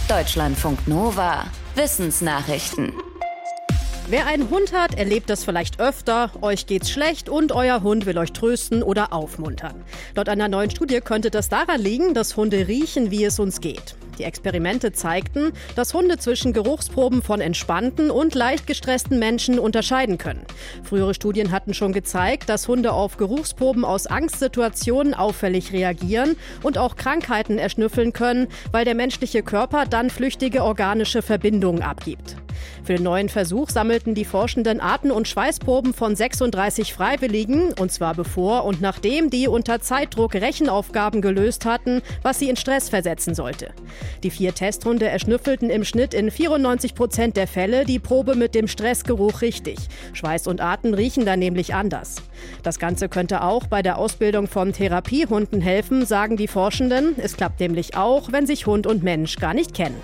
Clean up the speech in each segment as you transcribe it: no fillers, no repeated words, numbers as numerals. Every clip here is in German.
Deutschlandfunk Nova. Wissensnachrichten. Wer einen Hund hat, erlebt das vielleicht öfter. Euch geht's schlecht und euer Hund will euch trösten oder aufmuntern. Laut einer neuen Studie könnte das daran liegen, dass Hunde riechen, wie es uns geht. Die Experimente zeigten, dass Hunde zwischen Geruchsproben von entspannten und leicht gestressten Menschen unterscheiden können. Frühere Studien hatten schon gezeigt, dass Hunde auf Geruchsproben aus Angstsituationen auffällig reagieren und auch Krankheiten erschnüffeln können, weil der menschliche Körper dann flüchtige organische Verbindungen abgibt. Für den neuen Versuch sammelten die Forschenden Atem- und Schweißproben von 36 Freiwilligen, und zwar bevor und nachdem die unter Zeitdruck Rechenaufgaben gelöst hatten, was sie in Stress versetzen sollte. Die 4 Testhunde erschnüffelten im Schnitt in 94% der Fälle die Probe mit dem Stressgeruch richtig. Schweiß und Atem riechen dann nämlich anders. Das Ganze könnte auch bei der Ausbildung von Therapiehunden helfen, sagen die Forschenden. Es klappt nämlich auch, wenn sich Hund und Mensch gar nicht kennen.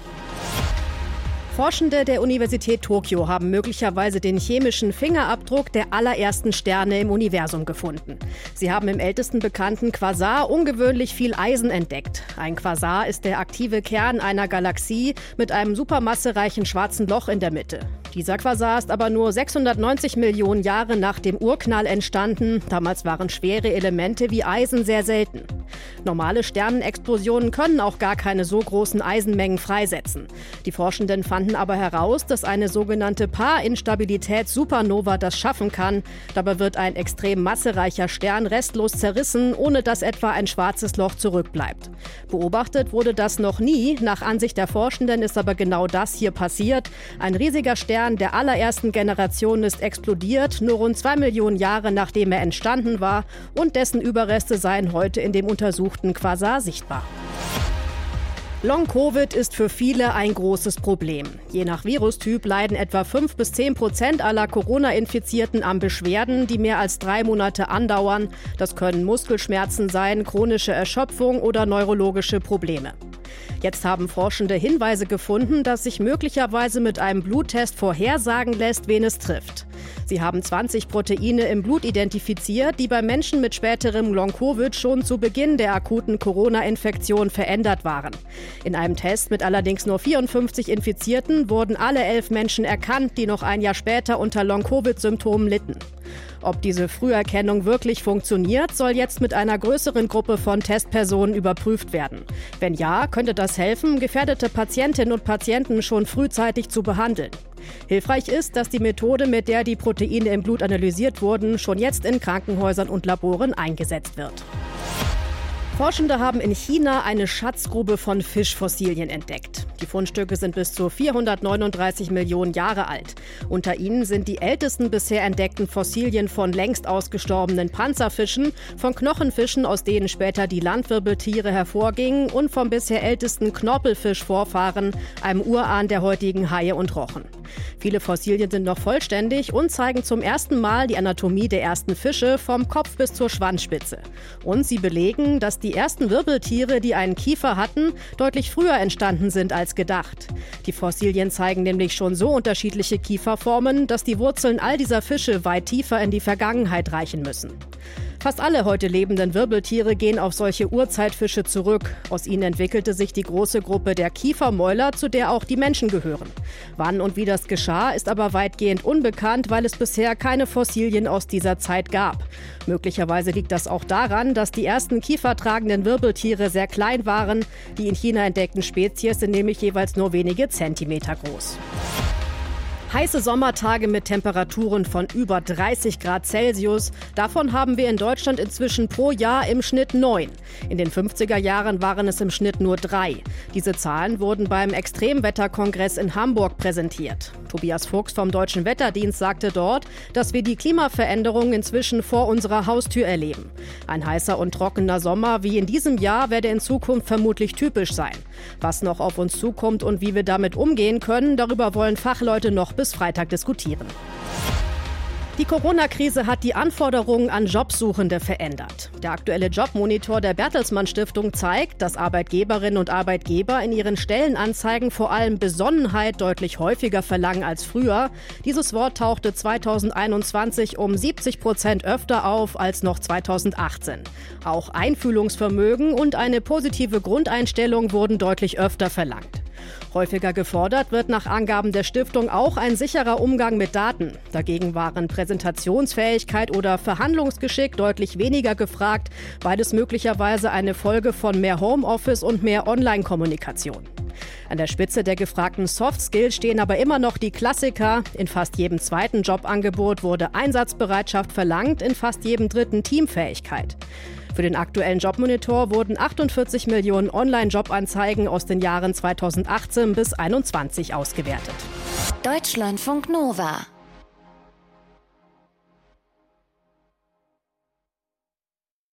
Forschende der Universität Tokio haben möglicherweise den chemischen Fingerabdruck der allerersten Sterne im Universum gefunden. Sie haben im ältesten bekannten Quasar ungewöhnlich viel Eisen entdeckt. Ein Quasar ist der aktive Kern einer Galaxie mit einem supermassereichen schwarzen Loch in der Mitte. Dieser Quasar ist aber nur 690 Millionen Jahre nach dem Urknall entstanden. Damals waren schwere Elemente wie Eisen sehr selten. Normale Sternenexplosionen können auch gar keine so großen Eisenmengen freisetzen. Die Forschenden fanden aber heraus, dass eine sogenannte Paarinstabilitäts-Supernova das schaffen kann. Dabei wird ein extrem massereicher Stern restlos zerrissen, ohne dass etwa ein schwarzes Loch zurückbleibt. Beobachtet wurde das noch nie. Nach Ansicht der Forschenden ist aber genau das hier passiert. Ein riesiger Stern der allerersten Generation ist explodiert, nur rund 2 Millionen Jahre nachdem er entstanden war, und dessen Überreste seien heute in dem untersuchten Quasar sichtbar. Long-Covid ist für viele ein großes Problem. Je nach Virustyp leiden etwa 5-10% aller Corona-Infizierten an Beschwerden, die mehr als 3 Monate andauern. Das können Muskelschmerzen sein, chronische Erschöpfung oder neurologische Probleme. Jetzt haben Forschende Hinweise gefunden, dass sich möglicherweise mit einem Bluttest vorhersagen lässt, wen es trifft. Sie haben 20 Proteine im Blut identifiziert, die bei Menschen mit späterem Long-Covid schon zu Beginn der akuten Corona-Infektion verändert waren. In einem Test mit allerdings nur 54 Infizierten wurden alle 11 Menschen erkannt, die noch ein Jahr später unter Long-Covid-Symptomen litten. Ob diese Früherkennung wirklich funktioniert, soll jetzt mit einer größeren Gruppe von Testpersonen überprüft werden. Wenn ja, könnte das helfen, gefährdete Patientinnen und Patienten schon frühzeitig zu behandeln. Hilfreich ist, dass die Methode, mit der die Proteine im Blut analysiert wurden, schon jetzt in Krankenhäusern und Laboren eingesetzt wird. Forschende haben in China eine Schatzgrube von Fischfossilien entdeckt. Die Fundstücke sind bis zu 439 Millionen Jahre alt. Unter ihnen sind die ältesten bisher entdeckten Fossilien von längst ausgestorbenen Panzerfischen, von Knochenfischen, aus denen später die Landwirbeltiere hervorgingen, und vom bisher ältesten Knorpelfischvorfahren, einem Urahn der heutigen Haie und Rochen. Viele Fossilien sind noch vollständig und zeigen zum ersten Mal die Anatomie der ersten Fische vom Kopf bis zur Schwanzspitze. Und sie belegen, dass die ersten Wirbeltiere, die einen Kiefer hatten, deutlich früher entstanden sind als gedacht. Die Fossilien zeigen nämlich schon so unterschiedliche Kieferformen, dass die Wurzeln all dieser Fische weit tiefer in die Vergangenheit reichen müssen. Fast alle heute lebenden Wirbeltiere gehen auf solche Urzeitfische zurück. Aus ihnen entwickelte sich die große Gruppe der Kiefermäuler, zu der auch die Menschen gehören. Wann und wie das geschah, ist aber weitgehend unbekannt, weil es bisher keine Fossilien aus dieser Zeit gab. Möglicherweise liegt das auch daran, dass die ersten kiefertragenden Wirbeltiere sehr klein waren. Die in China entdeckten Spezies sind nämlich jeweils nur wenige Zentimeter groß. Heiße Sommertage mit Temperaturen von über 30 Grad Celsius. Davon haben wir in Deutschland inzwischen pro Jahr im Schnitt 9. In den 50er Jahren waren es im Schnitt nur 3. Diese Zahlen wurden beim Extremwetterkongress in Hamburg präsentiert. Tobias Fuchs vom Deutschen Wetterdienst sagte dort, dass wir die Klimaveränderung inzwischen vor unserer Haustür erleben. Ein heißer und trockener Sommer wie in diesem Jahr werde in Zukunft vermutlich typisch sein. Was noch auf uns zukommt und wie wir damit umgehen können, darüber wollen Fachleute noch bis Freitag diskutieren. Die Corona-Krise hat die Anforderungen an Jobsuchende verändert. Der aktuelle Jobmonitor der Bertelsmann Stiftung zeigt, dass Arbeitgeberinnen und Arbeitgeber in ihren Stellenanzeigen vor allem Besonnenheit deutlich häufiger verlangen als früher. Dieses Wort tauchte 2021 um 70% öfter auf als noch 2018. Auch Einfühlungsvermögen und eine positive Grundeinstellung wurden deutlich öfter verlangt. Häufiger gefordert wird nach Angaben der Stiftung auch ein sicherer Umgang mit Daten. Dagegen waren Präsentationsfähigkeit oder Verhandlungsgeschick deutlich weniger gefragt. Beides möglicherweise eine Folge von mehr Homeoffice und mehr Online-Kommunikation. An der Spitze der gefragten Soft Skills stehen aber immer noch die Klassiker. In fast jedem zweiten Jobangebot wurde Einsatzbereitschaft verlangt, in fast jedem dritten Teamfähigkeit. Für den aktuellen Jobmonitor wurden 48 Millionen Online-Jobanzeigen aus den Jahren 2018 bis 2021 ausgewertet. Deutschlandfunk Nova